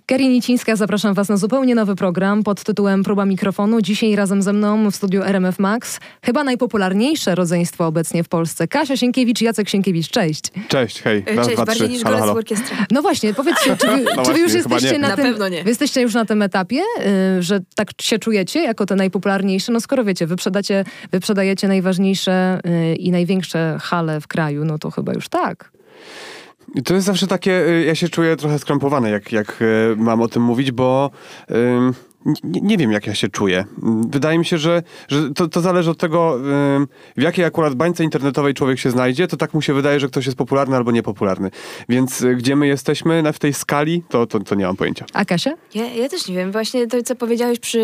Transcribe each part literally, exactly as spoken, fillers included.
Karin Nicińska, zapraszam was na zupełnie nowy program pod tytułem Próba mikrofonu. Dzisiaj razem ze mną w studiu R M F Max chyba najpopularniejsze rodzeństwo obecnie w Polsce. Kasia Sienkiewicz, Jacek Sienkiewicz. Cześć. Cześć, hej. Raz, Cześć, dwa, bardziej trzy. niż Halo, Golec halo. w orkiestrze. No właśnie, powiedzcie, czy wy, No czy wy właśnie, już chyba jesteście nie. na, Na tym, pewno nie. wy jesteście już na tym etapie, y, że tak się czujecie jako te najpopularniejsze? No skoro wiecie, wyprzedacie, wyprzedajecie najważniejsze y, i największe hale w kraju, no to chyba już tak. I to jest zawsze takie, y, ja się czuję trochę skrępowany, jak, jak y, mam o tym mówić, bo y, nie, nie wiem, jak ja się czuję. Wydaje mi się, że, że to, to zależy od tego, y, w jakiej akurat bańce internetowej człowiek się znajdzie, to tak mu się wydaje, że ktoś jest popularny albo niepopularny. Więc y, gdzie my jesteśmy na, w tej skali, to, to, to nie mam pojęcia. A Kasia? Ja, ja też nie wiem. Właśnie to, co powiedziałeś, przy,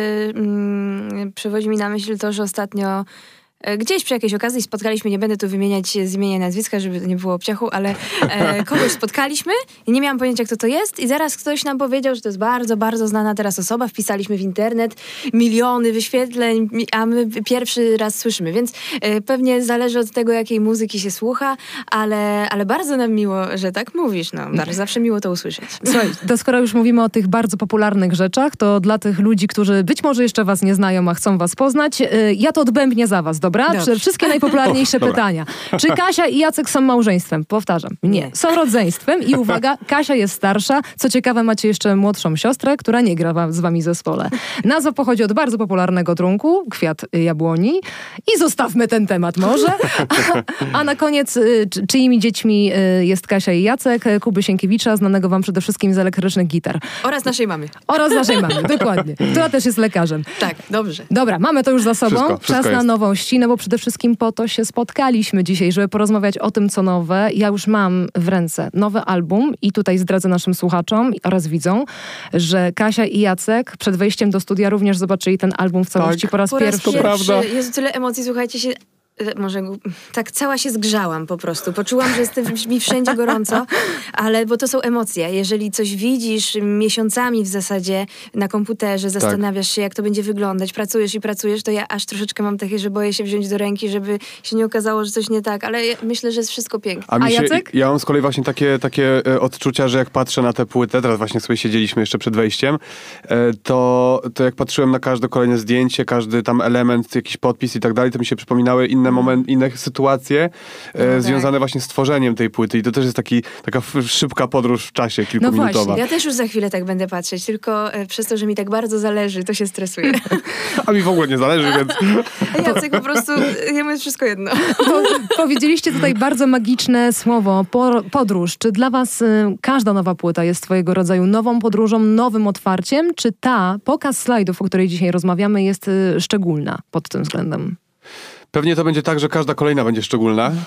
mm, przywodzi mi na myśl to, że ostatnio e, gdzieś przy jakiejś okazji spotkaliśmy, nie będę tu wymieniać z imienia i nazwiska, żeby nie było obciachu, ale e, kogoś spotkaliśmy i nie miałam pojęcia, kto to jest i zaraz ktoś nam powiedział, że to jest bardzo, bardzo znana teraz osoba. Wpisaliśmy w internet, miliony wyświetleń, a my pierwszy raz słyszymy, więc e, pewnie zależy od tego, jakiej muzyki się słucha, ale, ale bardzo nam miło, że tak mówisz. No, bardzo, zawsze miło to usłyszeć. Słuchaj, to skoro już mówimy o tych bardzo popularnych rzeczach, to dla tych ludzi, którzy być może jeszcze was nie znają, a chcą was poznać, y, ja to odbębnię za was, dobra? Dobrze. Czy wszystkie najpopularniejsze O, dobra. pytania. Czy Kasia i Jacek są małżeństwem? Powtarzam, nie. Nie. Są rodzeństwem i uwaga, Kasia jest starsza. Co ciekawe, macie jeszcze młodszą siostrę, która nie gra wa- z wami w zespole. Nazwa pochodzi od bardzo popularnego trunku, kwiat jabłoni. I zostawmy ten temat może. A, a na koniec, y, czy, czyimi dziećmi y, jest Kasia i Jacek? Kuby Sienkiewicza, znanego wam przede wszystkim z elektrycznych gitar. Oraz naszej mamy. Oraz naszej mamy, dokładnie. Która też jest lekarzem. Tak, dobrze. Dobra, mamy to już za sobą. Wszystko, wszystko Czas na jest. nowości, no bo przede wszystkim po to się spotkaliśmy dzisiaj, żeby porozmawiać o tym, co nowe. Ja już mam w ręce nowy album i tutaj zdradzę naszym słuchaczom oraz widzom, że Kasia i Jacek przed wejściem do studia również zobaczyli ten album w całości Tak. po raz Po raz pierwszy. To prawda. Jezu, tyle emocji, słuchajcie się... e, Może gu- tak cała się zgrzałam po prostu. Poczułam, że jest mi wszędzie gorąco, ale bo to są emocje. Jeżeli coś widzisz miesiącami w zasadzie na komputerze, zastanawiasz się, jak to będzie wyglądać, pracujesz i pracujesz, to ja aż troszeczkę mam takie, że boję się wziąć do ręki, żeby się nie okazało, że coś nie tak, ale ja myślę, że jest wszystko piękne. A, mi A się, Jacek? ja mam z kolei właśnie takie, takie e, odczucia, że jak patrzę na tę płytę, teraz właśnie sobie siedzieliśmy jeszcze przed wejściem, e, to, to jak patrzyłem na każde kolejne zdjęcie, każdy tam element, jakiś podpis i tak dalej, to mi się przypominały inne momenty, inne sytuacje e, No tak. związane właśnie z tworzeniem tej płyty i to też jest taki, taka f- szybka podróż w czasie, kilkuminutowa. właśnie. Ja też już za chwilę tak będę patrzeć, tylko e, przez to, że mi tak bardzo zależy, to się stresuję. A mi w ogóle nie zależy, więc... A Jacek po prostu, jemu jest wszystko jedno. Po, powiedzieliście tutaj bardzo magiczne słowo, por, podróż. Czy dla was y, każda nowa płyta jest swojego rodzaju nową podróżą, nowym otwarciem? Czy ta, pokaz slajdów, o której dzisiaj rozmawiamy, jest y, szczególna pod tym względem? Pewnie to będzie tak, że każda kolejna będzie szczególna. Jak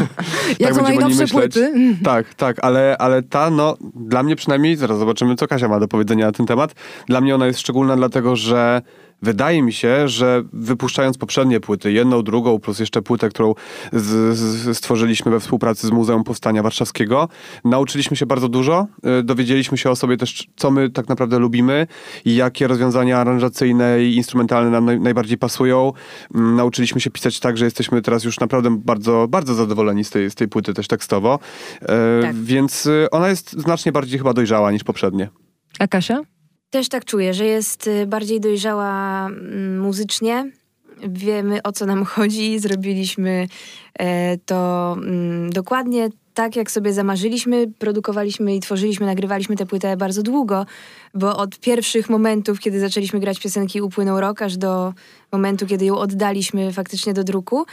są będziemy o niej najnowsze myśleć. płyty? Tak, tak, ale, ale ta, no, dla mnie przynajmniej, zaraz zobaczymy, co Kasia ma do powiedzenia na ten temat. Dla mnie ona jest szczególna, dlatego że wydaje mi się, że wypuszczając poprzednie płyty, jedną, drugą, plus jeszcze płytę, którą z, z, stworzyliśmy we współpracy z Muzeum Powstania Warszawskiego, nauczyliśmy się bardzo dużo, y, dowiedzieliśmy się o sobie też, co my tak naprawdę lubimy i jakie rozwiązania aranżacyjne i instrumentalne nam naj, najbardziej pasują. Mm, nauczyliśmy się pisać tak, że jesteśmy teraz już naprawdę bardzo, bardzo zadowoleni z tej, z tej płyty też tekstowo. Y, Tak. Więc y, ona jest znacznie bardziej chyba dojrzała niż poprzednie. A Kasia? Też tak czuję, że jest y, bardziej dojrzała mm, muzycznie. Wiemy, o co nam chodzi. Zrobiliśmy e, to mm, dokładnie tak, jak sobie zamarzyliśmy. Produkowaliśmy i tworzyliśmy, nagrywaliśmy tę płytę bardzo długo, bo od pierwszych momentów, kiedy zaczęliśmy grać piosenki, upłynął rok, aż do momentu, kiedy ją oddaliśmy faktycznie do druku.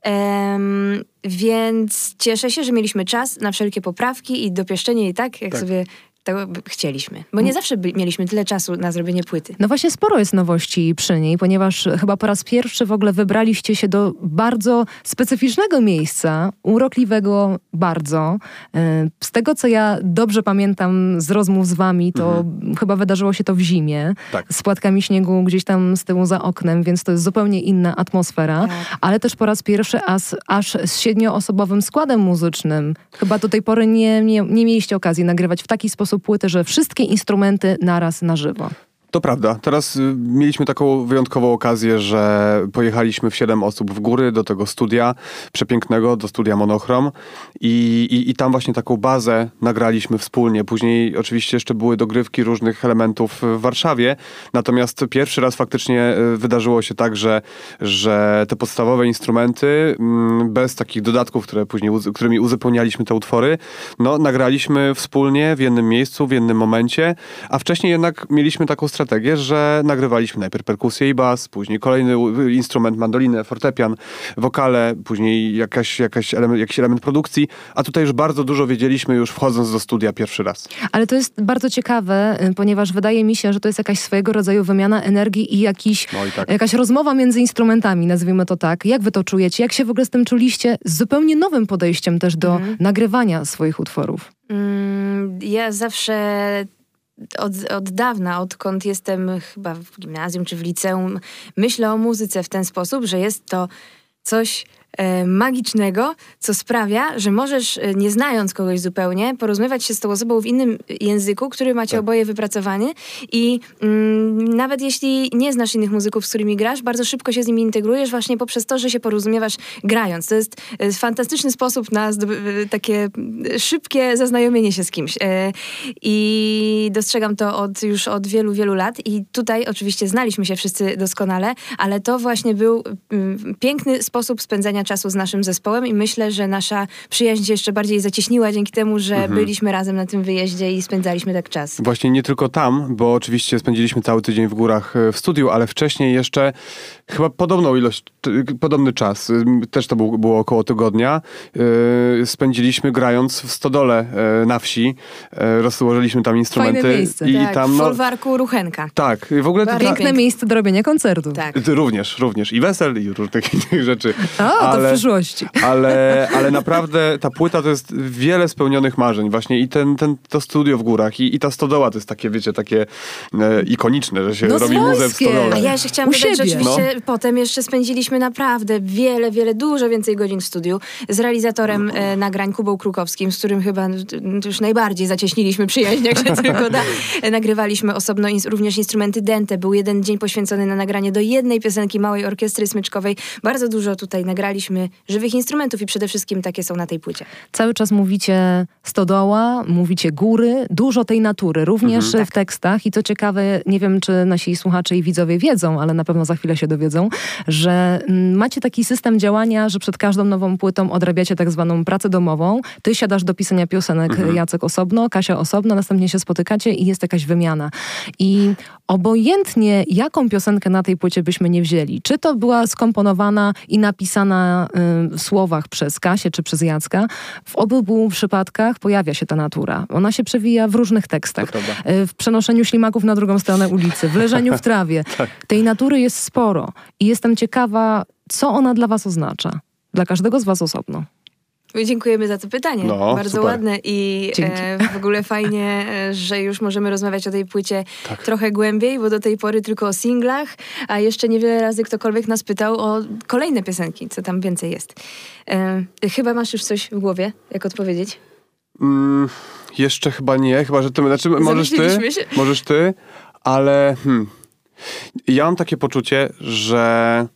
Em, więc cieszę się, że mieliśmy czas na wszelkie poprawki i dopieszczenie jej tak, jak Tak. sobie tego by- chcieliśmy. Bo nie zawsze by, mieliśmy tyle czasu na zrobienie płyty. No właśnie sporo jest nowości przy niej, ponieważ chyba po raz pierwszy w ogóle wybraliście się do bardzo specyficznego miejsca, urokliwego bardzo. E, Z tego, co ja dobrze pamiętam z rozmów z wami, to Mhm. chyba wydarzyło się to w zimie, Tak. z płatkami śniegu gdzieś tam z tyłu za oknem, więc to jest zupełnie inna atmosfera, Tak. ale też po raz pierwszy as, aż z siedmioosobowym składem muzycznym. Chyba do tej pory nie, nie, nie mieliście okazji nagrywać w taki sposób płyty, że wszystkie instrumenty naraz na żywo. To prawda. Teraz y, mieliśmy taką wyjątkową okazję, że pojechaliśmy w siedem osób w góry do tego studia przepięknego, do studia Monochrom i, i, i tam właśnie taką bazę nagraliśmy wspólnie. Później oczywiście jeszcze były dogrywki różnych elementów w Warszawie, natomiast pierwszy raz faktycznie y, wydarzyło się tak, że, że te podstawowe instrumenty mm, bez takich dodatków, które później, uz- którymi uzupełnialiśmy te utwory, no nagraliśmy wspólnie w jednym miejscu, w jednym momencie, a wcześniej jednak mieliśmy taką strategię, że nagrywaliśmy najpierw perkusję i bas, później kolejny instrument, mandolinę, fortepian, wokale, później jakaś, jakaś element, jakiś element produkcji, a tutaj już bardzo dużo wiedzieliśmy już wchodząc do studia pierwszy raz. Ale to jest bardzo ciekawe, ponieważ wydaje mi się, że to jest jakaś swojego rodzaju wymiana energii i jakiś, No i tak. jakaś rozmowa między instrumentami, nazwijmy to tak. Jak wy to czujecie? Jak się w ogóle z tym czuliście? Z zupełnie nowym podejściem też do Mhm. nagrywania swoich utworów. Mm, ja zawsze od, od dawna, odkąd jestem chyba w gimnazjum czy w liceum, myślę o muzyce w ten sposób, że jest to coś e, magicznego, co sprawia, że możesz, e, nie znając kogoś zupełnie, porozumiewać się z tą osobą w innym języku, który macie Tak. oboje wypracowany i mm, nawet jeśli nie znasz innych muzyków, z którymi grasz, bardzo szybko się z nimi integrujesz właśnie poprzez to, że się porozumiewasz grając. To jest e, fantastyczny sposób na zdoby- e, takie e, szybkie zaznajomienie się z kimś. E, I dostrzegam to od, już od wielu, wielu lat i tutaj oczywiście znaliśmy się wszyscy doskonale, ale to właśnie był mm, piękny sposób spędzania czasu z naszym zespołem i myślę, że nasza przyjaźń się jeszcze bardziej zacieśniła dzięki temu, że Mhm. byliśmy razem na tym wyjeździe i spędzaliśmy tak czas. Właśnie nie tylko tam, bo oczywiście spędziliśmy cały tydzień w górach e, w studiu, ale wcześniej jeszcze chyba podobną ilość, t- podobny czas, y, też to był, było około tygodnia, y, spędziliśmy grając w stodole e, na wsi, e, rozłożyliśmy tam instrumenty. Fajne miejsce. I tak, tam, w no, folwarku Ruchenka. tak, w ogóle to, Bardzo ta, Piękne miejsce do robienia koncertów. Tak. Ty również, również. I wesel, i różnych innych rzeczy. A, to ale, w przyszłości. ale, ale naprawdę ta płyta to jest wiele spełnionych marzeń właśnie. I ten, ten, to studio w górach, i, i ta stodoła to jest takie, wiecie, takie e, ikoniczne, że się No robi muzę w swojskie. stodole. A ja jeszcze chciałam U dodać, że siebie. oczywiście potem jeszcze spędziliśmy naprawdę wiele, wiele, dużo więcej godzin w studiu z realizatorem e, nagrań Kubą Krukowskim, z którym chyba n- już najbardziej zacieśniliśmy przyjaźń, jak się tylko da. E, nagrywaliśmy osobno ins- również instrumenty dęte. Był jeden dzień poświęcony na nagranie do jednej piosenki Małej Orkiestry Smyczkowej. Bardzo dużo tutaj nagraliśmy żywych instrumentów i przede wszystkim takie są na tej płycie. Cały czas mówicie stodoła, mówicie góry, dużo tej natury, również w tekstach. I co ciekawe, nie wiem, czy nasi słuchacze i widzowie wiedzą, ale na pewno za chwilę się dowiedzą, że mm, macie taki system działania, że przed każdą nową płytą odrabiacie tak zwaną pracę domową. Ty siadasz do pisania piosenek, Mhm. Jacek osobno, Kasia osobno, następnie się spotykacie i jest jakaś wymiana. I obojętnie jaką piosenkę na tej płycie byśmy nie wzięli, czy to była skomponowana i napisana y, w słowach przez Kasię czy przez Jacka, w obu przypadkach pojawia się ta natura. Ona się przewija w różnych tekstach. To prawda. Y, w przenoszeniu ślimaków na drugą stronę ulicy, w leżeniu w trawie. Tej natury jest sporo. I jestem ciekawa, co ona dla was oznacza. Dla każdego z was osobno. Dziękujemy za to pytanie. No, Bardzo super. ładne i Dzięki. e, w ogóle fajnie, e, że już możemy rozmawiać o tej płycie Tak. trochę głębiej, bo do tej pory tylko o singlach, a jeszcze niewiele razy ktokolwiek nas pytał o kolejne piosenki, co tam więcej jest. E, chyba masz już coś w głowie, jak odpowiedzieć? Mm, jeszcze chyba nie, chyba, że ty, znaczy możesz ty, Zamyśliliśmy się. możesz ty, ale hmm, ja mam takie poczucie, że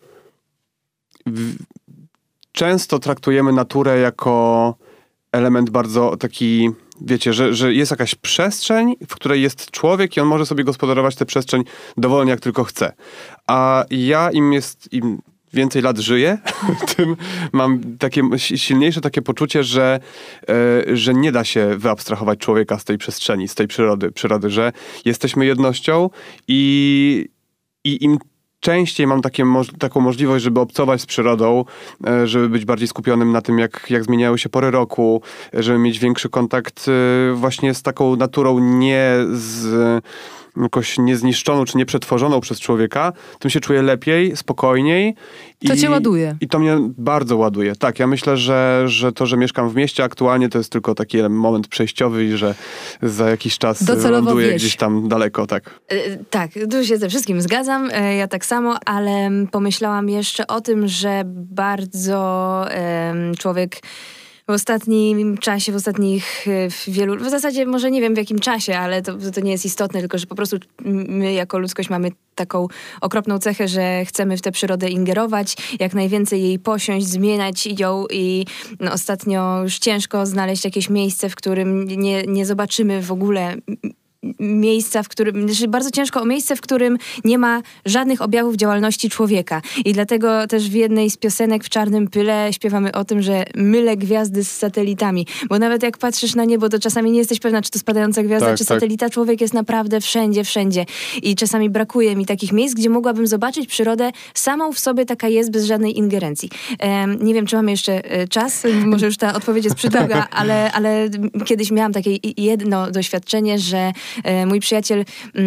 w, często traktujemy naturę jako element bardzo taki, wiecie, że, że jest jakaś przestrzeń, w której jest człowiek i on może sobie gospodarować tę przestrzeń dowolnie jak tylko chce. A ja im jest, im więcej lat żyję, tym mam takie silniejsze takie poczucie, że, e, że nie da się wyabstrahować człowieka z tej przestrzeni, z tej przyrody, przyrody, że jesteśmy jednością i, i im częściej mam takie moż- taką możliwość, żeby obcować z przyrodą, e, żeby być bardziej skupionym na tym, jak, jak zmieniały się pory roku, e, żeby mieć większy kontakt e, właśnie z taką naturą, nie z jakoś niezniszczoną czy nieprzetworzoną przez człowieka, tym się czuję lepiej, spokojniej. To i, cię ładuje. I to mnie bardzo ładuje. Tak, ja myślę, że, że to, że mieszkam w mieście aktualnie, to jest tylko taki moment przejściowy i że za jakiś czas Docelowo ląduję wieś. gdzieś tam daleko, tak. E, tak, tu się ze wszystkim zgadzam, e, ja tak samo, ale pomyślałam jeszcze o tym, że bardzo em, człowiek w ostatnim czasie, w ostatnich w wielu, w zasadzie może nie wiem w jakim czasie, ale to, to nie jest istotne, tylko że po prostu my jako ludzkość mamy taką okropną cechę, że chcemy w tę przyrodę ingerować, jak najwięcej jej posiąść, zmieniać ją i no, ostatnio już ciężko znaleźć jakieś miejsce, w którym nie, nie zobaczymy w ogóle miejsca, w którym, znaczy bardzo ciężko o miejsce, w którym nie ma żadnych objawów działalności człowieka. I dlatego też w jednej z piosenek w Czarnym Pyle śpiewamy o tym, że mylę gwiazdy z satelitami. Bo nawet jak patrzysz na niebo, to czasami nie jesteś pewna, czy to spadająca gwiazda, tak, czy tak. satelita. Człowiek jest naprawdę wszędzie, wszędzie. I czasami brakuje mi takich miejsc, gdzie mogłabym zobaczyć przyrodę samą w sobie, taka jest, bez żadnej ingerencji. Um, nie wiem, czy mamy jeszcze e, czas. Może już ta odpowiedź jest przydługa, ale, ale kiedyś miałam takie jedno doświadczenie, że mój przyjaciel,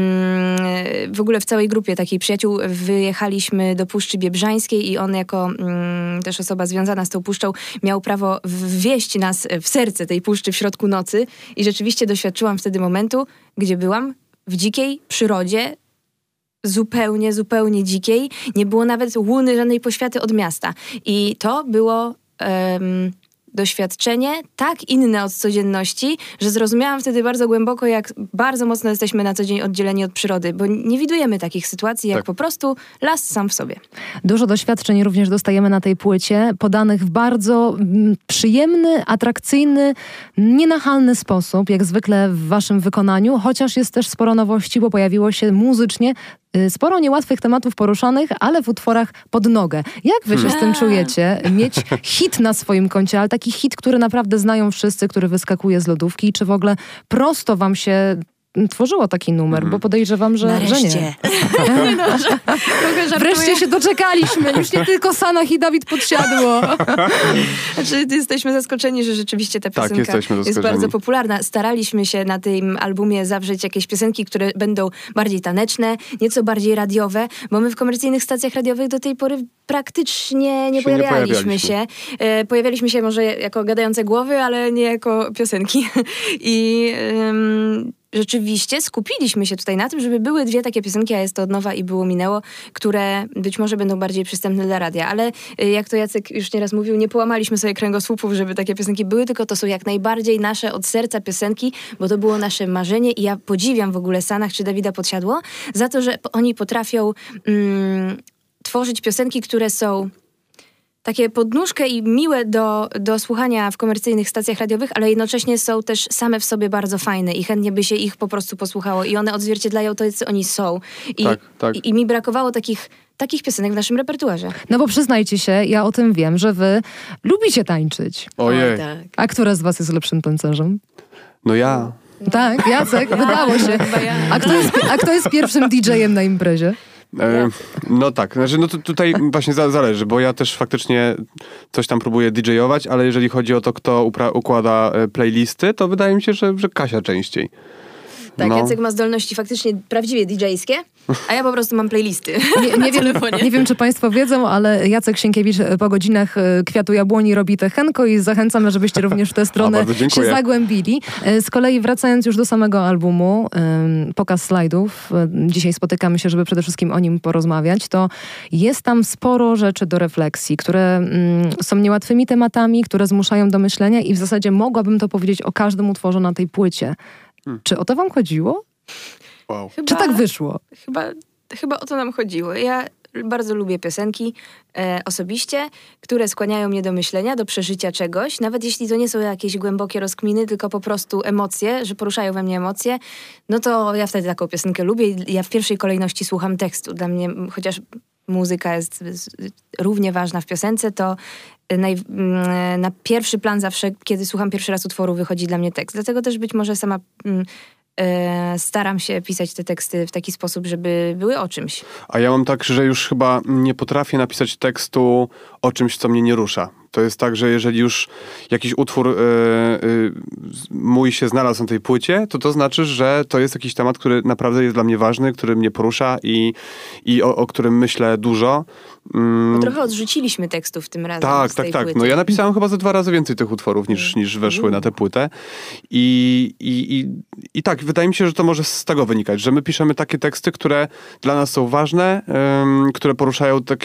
w ogóle w całej grupie takiej przyjaciół wyjechaliśmy do Puszczy Biebrzańskiej i on jako też osoba związana z tą puszczą miał prawo wwieźć nas w serce tej puszczy w środku nocy i rzeczywiście doświadczyłam wtedy momentu, gdzie byłam w dzikiej przyrodzie, zupełnie, zupełnie dzikiej. Nie było nawet łuny, żadnej poświaty od miasta. I to było... Um, doświadczenie tak inne od codzienności, że zrozumiałam wtedy bardzo głęboko, jak bardzo mocno jesteśmy na co dzień oddzieleni od przyrody, bo nie widujemy takich sytuacji, jak tak. po prostu las sam w sobie. Dużo doświadczeń również dostajemy na tej płycie, podanych w bardzo mm, przyjemny, atrakcyjny, nienachalny sposób, jak zwykle w waszym wykonaniu, chociaż jest też sporo nowości, bo pojawiło się muzycznie sporo niełatwych tematów poruszanych, ale w utworach pod nogę. Jak wy się z tym czujecie? Mieć hit na swoim koncie, ale taki hit, który naprawdę znają wszyscy, który wyskakuje z lodówki, czy w ogóle prosto wam się tworzyło taki numer, bo podejrzewam, że, że nie. no, że, Wreszcie się doczekaliśmy. Już nie tylko Sanach i Dawid Podsiadło. Znaczy, jesteśmy zaskoczeni, że rzeczywiście ta tak, piosenka jest bardzo popularna. Staraliśmy się na tym albumie zawrzeć jakieś piosenki, które będą bardziej taneczne, nieco bardziej radiowe, bo my w komercyjnych stacjach radiowych do tej pory praktycznie nie się pojawialiśmy, nie pojawialiśmy się. E, pojawialiśmy się może jako gadające głowy, ale nie jako piosenki. I... Um, rzeczywiście skupiliśmy się tutaj na tym, żeby były dwie takie piosenki, a jest to Od nowa i Było minęło, które być może będą bardziej przystępne dla radia, ale jak to Jacek już nieraz mówił, nie połamaliśmy sobie kręgosłupów, żeby takie piosenki były, tylko to są jak najbardziej nasze od serca piosenki, bo to było nasze marzenie i ja podziwiam w ogóle Sanach czy Dawida Podsiadło za to, że oni potrafią mm, tworzyć piosenki, które są takie podnóżkę i miłe do, do słuchania w komercyjnych stacjach radiowych, ale jednocześnie są też same w sobie bardzo fajne i chętnie by się ich po prostu posłuchało i one odzwierciedlają to, co oni są. I, tak, tak. i, i mi brakowało takich, takich piosenek w naszym repertuarze. No bo przyznajcie się, ja o tym wiem, że wy lubicie tańczyć. Ojej. Oj, tak. A która z was jest lepszym tancerzem? No ja. Tak, Jacek, wydało się. ja. A kto jest, a kto jest pierwszym didżejem na imprezie? E, no tak, znaczy no to tutaj właśnie za, zależy, bo ja też faktycznie coś tam próbuję didżejować, ale jeżeli chodzi o to, kto upra- układa e, playlisty, to wydaje mi się, że, że Kasia częściej. Tak, no. Jacek ma zdolności faktycznie prawdziwie didżejskie, a ja po prostu mam playlisty. Nie, nie, wiem, nie wiem, czy państwo wiedzą, ale Jacek Sienkiewicz po godzinach Kwiatu Jabłoni robi techenko i zachęcamy, żebyście również w tę stronę się zagłębili. Z kolei wracając już do samego albumu, pokaz slajdów, dzisiaj spotykamy się, żeby przede wszystkim o nim porozmawiać, to jest tam sporo rzeczy do refleksji, które są niełatwymi tematami, które zmuszają do myślenia i w zasadzie mogłabym to powiedzieć o każdym utworze na tej płycie. Hmm. Czy o to wam chodziło? Wow. Chyba, Czy tak wyszło? Chyba, chyba o to nam chodziło. Ja bardzo lubię piosenki e, osobiście, które skłaniają mnie do myślenia, do przeżycia czegoś, nawet jeśli to nie są jakieś głębokie rozkminy, tylko po prostu emocje, że poruszają we mnie emocje, no to ja wtedy taką piosenkę lubię i ja w pierwszej kolejności słucham tekstu. Dla mnie, chociaż muzyka jest równie ważna w piosence, to naj, na pierwszy plan zawsze, kiedy słucham pierwszy raz utworu, wychodzi dla mnie tekst. Dlatego też być może sama e, staram się pisać te teksty w taki sposób, żeby były o czymś. A ja mam tak, że już chyba nie potrafię napisać tekstu o czymś, co mnie nie rusza. To jest tak, że jeżeli już jakiś utwór y, y, mój się znalazł na tej płycie, to to znaczy, że to jest jakiś temat, który naprawdę jest dla mnie ważny, który mnie porusza i, i o, o którym myślę dużo. Mm. Bo trochę odrzuciliśmy tekstów tym razem. Tak, z tak, tej tak. płyty. No ja napisałem chyba ze dwa razy więcej tych utworów niż, niż weszły na tę płytę. I, i, i, I tak, wydaje mi się, że to może z tego wynikać, że my piszemy takie teksty, które dla nas są ważne, um, które poruszają takie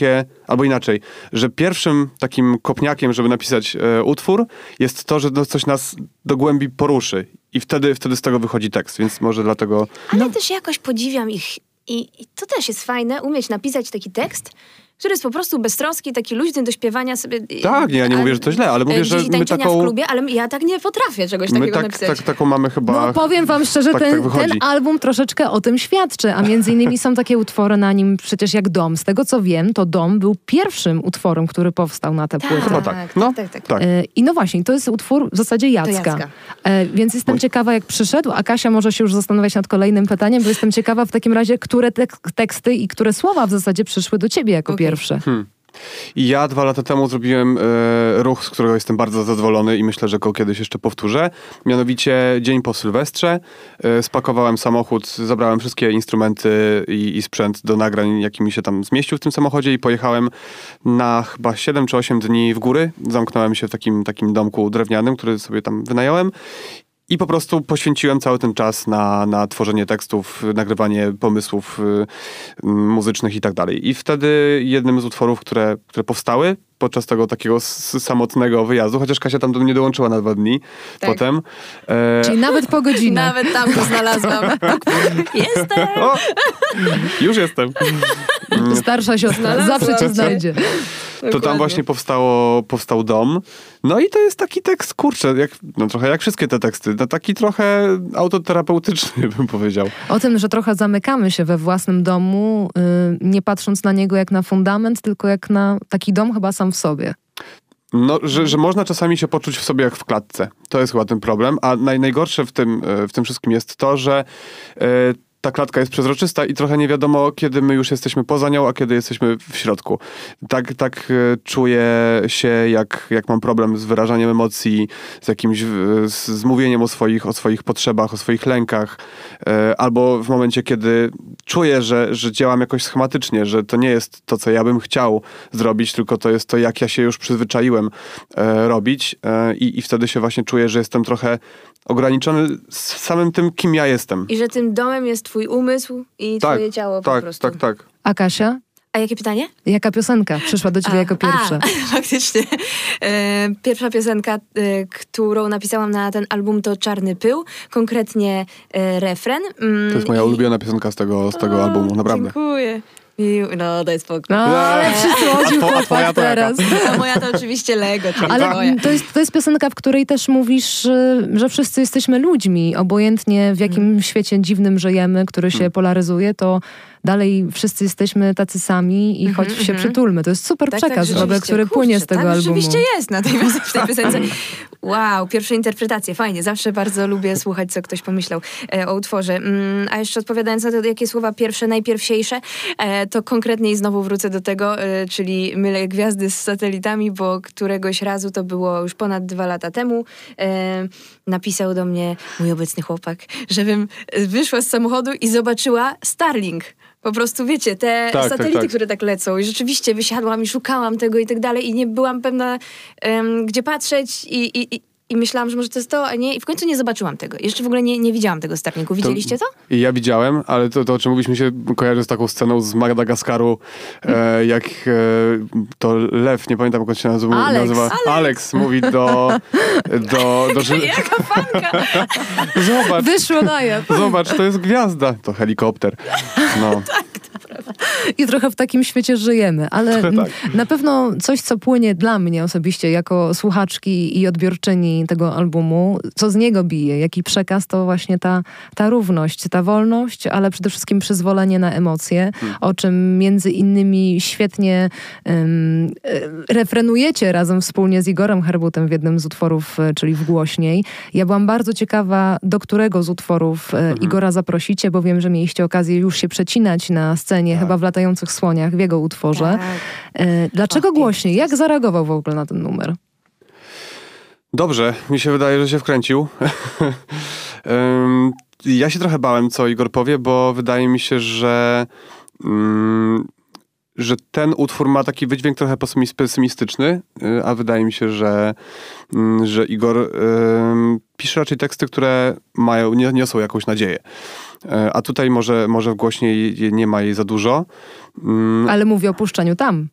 albo inaczej, że pierwszym takim kopniakiem, żeby napisać e, utwór, jest to, że no, coś nas do głębi poruszy i wtedy, wtedy z tego wychodzi tekst, więc może dlatego... Ale No. też jakoś podziwiam ich i, i to też jest fajne, umieć napisać taki tekst, który jest po prostu beztroski, taki luźny do śpiewania sobie. Tak, nie, ja nie a, mówię, że to źle, ale mówię, że gdzieś my tańczenia taką... w klubie, ale ja tak nie potrafię czegoś My takiego tak, napisać. tak, taką mamy chyba... No powiem wam szczerze, tak, ten, tak wychodzi. ten album troszeczkę o tym świadczy, a między innymi są takie utwory na nim przecież jak Dom. Z tego co wiem, to Dom był pierwszym utworem, który powstał na tę płytę. Chyba tak. No, tak, tak. tak. E, I no właśnie, to jest utwór w zasadzie Jacka. Jacka. E, więc jestem Oj. ciekawa, jak przyszedł, a Kasia może się już zastanawiać nad kolejnym pytaniem, bo jestem ciekawa w takim razie, które tek- teksty i które słowa w zasadzie przyszły do ciebie jako Okej. pierwsze. Hmm. I ja dwa lata temu zrobiłem e, ruch, z którego jestem bardzo zadowolony i myślę, że go kiedyś jeszcze powtórzę. Mianowicie dzień po Sylwestrze. E, spakowałem samochód, zabrałem wszystkie instrumenty i, i sprzęt do nagrań, jaki mi się tam zmieścił w tym samochodzie i pojechałem na chyba siedem czy osiem dni w góry. Zamknąłem się w takim, takim domku drewnianym, który sobie tam wynająłem. I po prostu poświęciłem cały ten czas na, na tworzenie tekstów, nagrywanie pomysłów y, y, muzycznych i tak dalej. I wtedy jednym z utworów, które, które powstały podczas tego takiego s- samotnego wyjazdu, chociaż Kasia tam do mnie dołączyła na dwa dni Tak. potem. E, Czyli nawet po godzinach. Nawet tam go znalazłam. Jestem! o, już jestem. Starsza siostra, Znalazłam zawsze cię cię. znajdzie. To tam Dokładnie. właśnie powstało, powstał Dom. No i to jest taki tekst, kurczę, jak, no trochę jak wszystkie te teksty, no taki trochę autoterapeutyczny, bym powiedział. O tym, że trochę zamykamy się we własnym domu, y, nie patrząc na niego jak na fundament, tylko jak na taki dom chyba sam w sobie. No, że, że można czasami się poczuć w sobie jak w klatce. To jest chyba ten problem. A naj, najgorsze w tym, e, w tym wszystkim jest to, że e, ta klatka jest przezroczysta i trochę nie wiadomo, kiedy my już jesteśmy poza nią, a kiedy jesteśmy w środku. Tak, tak e, czuję się, jak, jak mam problem z wyrażaniem emocji, z jakimś, e, z, z mówieniem o swoich, o swoich potrzebach, o swoich lękach, e, albo w momencie, kiedy czuję, że, że działam jakoś schematycznie, że to nie jest to, co ja bym chciał zrobić, tylko to jest to, jak ja się już przyzwyczaiłem e, robić e, i, i wtedy się właśnie czuję, że jestem trochę ograniczony z samym tym, kim ja jestem. I że tym domem jest twój umysł i Tak, twoje ciało po tak, prostu. tak, tak. A Kasia? A jakie pytanie? Jaka piosenka przyszła do ciebie A, jako pierwsza? A, faktycznie. E, pierwsza piosenka, e, którą napisałam na ten album, to Czarny Pył, konkretnie e, refren. Mm, To jest moja i- ulubiona piosenka z tego, z tego O, albumu, naprawdę. Dziękuję. I, no, daj spokój. No, ale przysłodził A two- a twoja chłopak to jaka? teraz. A moja to oczywiście Lego, czyli Ale moja. to jest, to jest piosenka, w której też mówisz, y, że wszyscy jesteśmy ludźmi. Obojętnie w jakim świecie dziwnym żyjemy, który się polaryzuje, to dalej wszyscy jesteśmy tacy sami i choć się przytulmy. To jest super Tak, przekaz, tak, w ogóle, rzeczywiście. który płynie z Kurczę, tego tak, albumu. rzeczywiście jest na tej, w tej piosence. Wow, pierwsze interpretacje, fajnie. Zawsze bardzo lubię słuchać, co ktoś pomyślał e, o utworze. Mm, a jeszcze odpowiadając na to, jakie słowa pierwsze, najpierwsiejsze, e, to konkretnie i znowu wrócę do tego, e, czyli mylę gwiazdy z satelitami, bo któregoś razu, to było już ponad dwa lata temu, e, napisał do mnie mój obecny chłopak, żebym wyszła z samochodu i zobaczyła Starlink. Po prostu, wiecie, te Tak, satelity, tak, tak. które tak lecą. I rzeczywiście wysiadłam i szukałam tego i tak dalej i nie byłam pewna, em, gdzie patrzeć i, i, i, i myślałam, że może to jest to, a nie. I w końcu nie zobaczyłam tego. Jeszcze w ogóle nie, nie widziałam tego Starlinku. Widzieliście to? I ja widziałem, ale to, to o czym mówiliśmy się kojarzy z taką sceną z Madagaskaru, e, jak e, to lew, nie pamiętam jak on się nazywa. Alex. nazywa Alex. Alex mówi do... do, do, do Jaka fanka! Zobacz, Wyszło na jaw. zobacz, to jest gwiazda. To helikopter. No. I trochę w takim świecie żyjemy, ale Trochę tak. m, na pewno coś, co płynie dla mnie osobiście jako słuchaczki i odbiorczyni tego albumu, co z niego bije, jaki przekaz, to właśnie ta, ta równość, ta wolność, ale przede wszystkim przyzwolenie na emocje, Hmm. o czym między innymi świetnie um, refrenujecie razem wspólnie z Igorem Herbutem w jednym z utworów, e, czyli w Głośniej. Ja byłam bardzo ciekawa, do którego z utworów e, Mhm. Igora zaprosicie, bo wiem, że mieliście okazję już się przecinać na scenie, Tak. chyba w Latających Słoniach, w jego utworze. Tak. E, Dlaczego O, Głośniej? Jak zareagował w ogóle na ten numer? Dobrze, mi się wydaje, że się wkręcił. Ym, ja się trochę bałem, co Igor powie, bo wydaje mi się, że, ym, że ten utwór ma taki wydźwięk trochę pesymist- pesymistyczny, y, a wydaje mi się, że, ym, że Igor ym, pisze raczej teksty, które mają, nie, niosą jakąś nadzieję. Y, a tutaj może, może w Głośniej nie ma jej za dużo. Ym, Ale mówi o puszczeniu tam.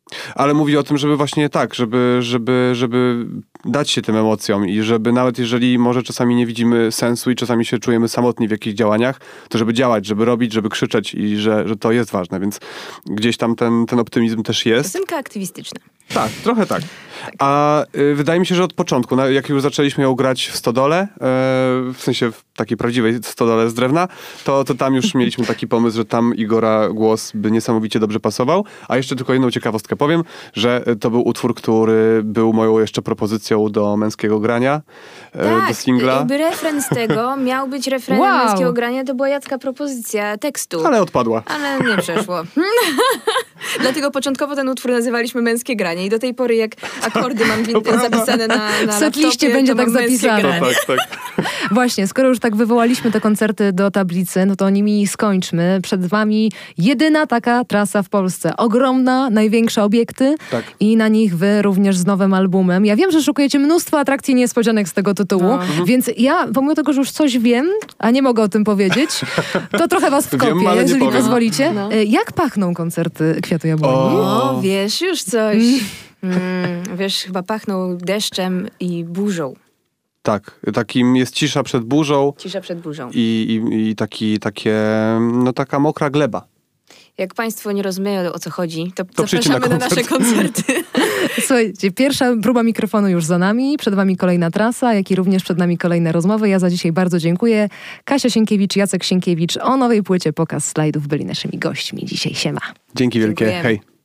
Ale mówi o tym, żeby właśnie tak, żeby, żeby, żeby dać się tym emocjom i żeby nawet jeżeli może czasami nie widzimy sensu i czasami się czujemy samotni w jakichś działaniach, to żeby działać, żeby robić, żeby krzyczeć i że, że to jest ważne, więc gdzieś tam ten, ten optymizm też jest. Piosenka aktywistyczna. Tak, trochę tak. A y, wydaje mi się, że od początku, na, jak już zaczęliśmy ją grać w stodole, y, w sensie w takiej prawdziwej stodole z drewna, to, to tam już mieliśmy taki pomysł, że tam Igora głos by niesamowicie dobrze pasował. A jeszcze tylko jedną ciekawostkę powiem, że to był utwór, który był moją jeszcze propozycją do męskiego grania, y, Tak, do singla. jakby refren z tego miał być refrenem Wow. męskiego grania, to była Jacka propozycja tekstu. Ale odpadła. Ale nie przeszło. Dlatego początkowo ten utwór nazywaliśmy Męskie Granie i do tej pory jak akordy mam w- zapisane na, na W setliście laptopie, będzie to tak mam Męskie zapisane. Granie. Tak, tak. Właśnie, skoro już tak wywołaliśmy te koncerty do tablicy, no to nimi skończmy. Przed wami jedyna taka trasa w Polsce. Ogromna, największe obiekty Tak. i na nich wy również z nowym albumem. Ja wiem, że szukujecie mnóstwo atrakcji niespodzianek z tego tytułu, No. Mhm. więc ja, pomimo tego, że już coś wiem, a nie mogę o tym powiedzieć, to trochę was wkopię, Wiem, ale nie jeżeli powiem. pozwolicie. No. E, Jak pachną koncerty Kwiatu Jabłoni? O. O, wiesz już coś. Mm, wiesz, chyba pachną deszczem i burzą. Tak, takim jest cisza przed burzą Cisza przed burzą. i, i, i taki, takie, no taka mokra gleba. Jak państwo nie rozumieją, o co chodzi, to, To przyjdźcie na zapraszamy na, nasze koncerty. Słuchajcie, pierwsza próba mikrofonu już za nami, przed wami kolejna trasa, jak i również przed nami kolejne rozmowy. Ja za dzisiaj bardzo dziękuję. Kasia Sienkiewicz, Jacek Sienkiewicz o nowej płycie Pokaz slajdów byli naszymi gośćmi dzisiaj. Siema. Dzięki wielkie, Dziękujemy. hej.